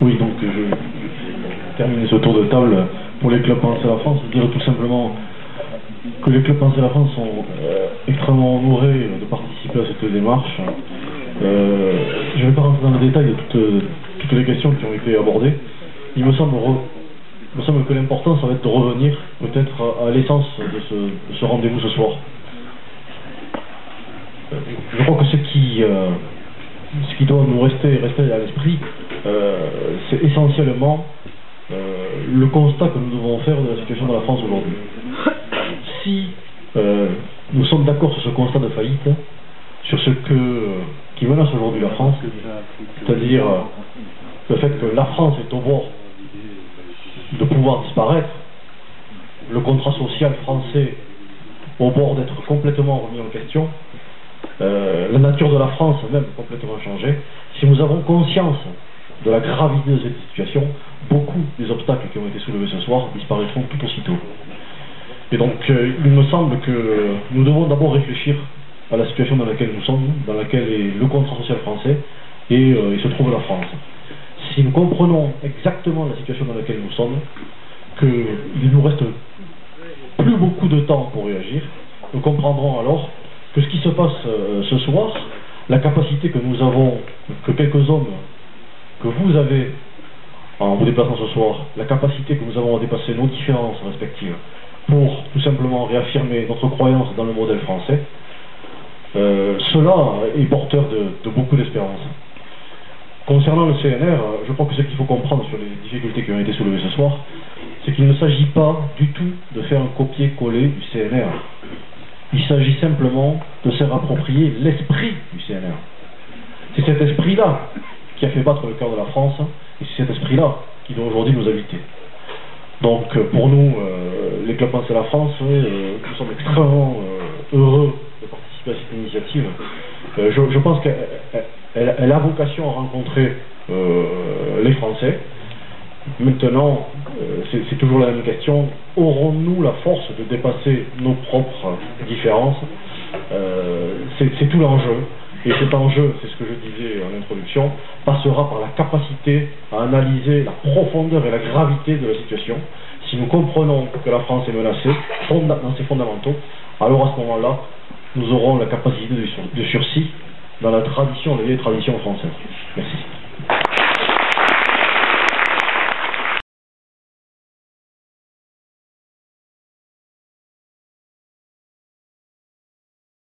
Oui, donc je vais terminer ce tour de table pour les clubs Penser la France, dire tout simplement que les clubs Penser la France sont extrêmement honorés de participer à cette démarche. Je ne vais pas rentrer dans le détail de toutes les questions qui ont été abordées. Il me semble que l'important, ça va être de revenir peut-être à l'essence de ce rendez-vous ce soir. Je crois que ce qui doit nous rester à l'esprit, c'est essentiellement le constat que nous devons faire de la situation de la France aujourd'hui. Si nous sommes d'accord sur ce constat de faillite, sur ce qui menace aujourd'hui la France, c'est-à-dire le fait que la France est au bord de pouvoir disparaître, le contrat social français au bord d'être complètement remis en question, la nature de la France même complètement changée. Si nous avons conscience de la gravité de cette situation, beaucoup des obstacles qui ont été soulevés ce soir disparaîtront tout aussitôt. Et donc il me semble que nous devons d'abord réfléchir à la situation dans laquelle nous sommes, dans laquelle est le contrat social français et se trouve la France. Si nous comprenons exactement la situation dans laquelle nous sommes, qu'il nous reste plus beaucoup de temps pour réagir, nous comprendrons alors que ce qui se passe ce soir, la capacité que nous avons, que quelques hommes, que vous avez en vous déplaçant ce soir, la capacité que nous avons à dépasser nos différences respectives pour tout simplement réaffirmer notre croyance dans le modèle français, cela est porteur de beaucoup d'espérance. Concernant le CNR, je crois que ce qu'il faut comprendre sur les difficultés qui ont été soulevées ce soir, c'est qu'il ne s'agit pas du tout de faire un copier-coller du CNR. Il s'agit simplement de se rapproprier l'esprit du CNR. C'est cet esprit-là qui a fait battre le cœur de la France, et c'est cet esprit-là qui doit aujourd'hui nous habiter. Donc pour nous, les clubs Penser la France, nous sommes extrêmement heureux de participer à cette initiative. Je pense qu'elle a vocation à rencontrer les Français. Maintenant, c'est toujours la même question. Aurons-nous la force de dépasser nos propres différences? C'est tout l'enjeu. Et cet enjeu, c'est ce que je disais en introduction, passera par la capacité à analyser la profondeur et la gravité de la situation. Si nous comprenons que la France est menacée dans ses fondamentaux, alors à ce moment-là, nous aurons la capacité de sursis dans la vieille tradition française. Merci.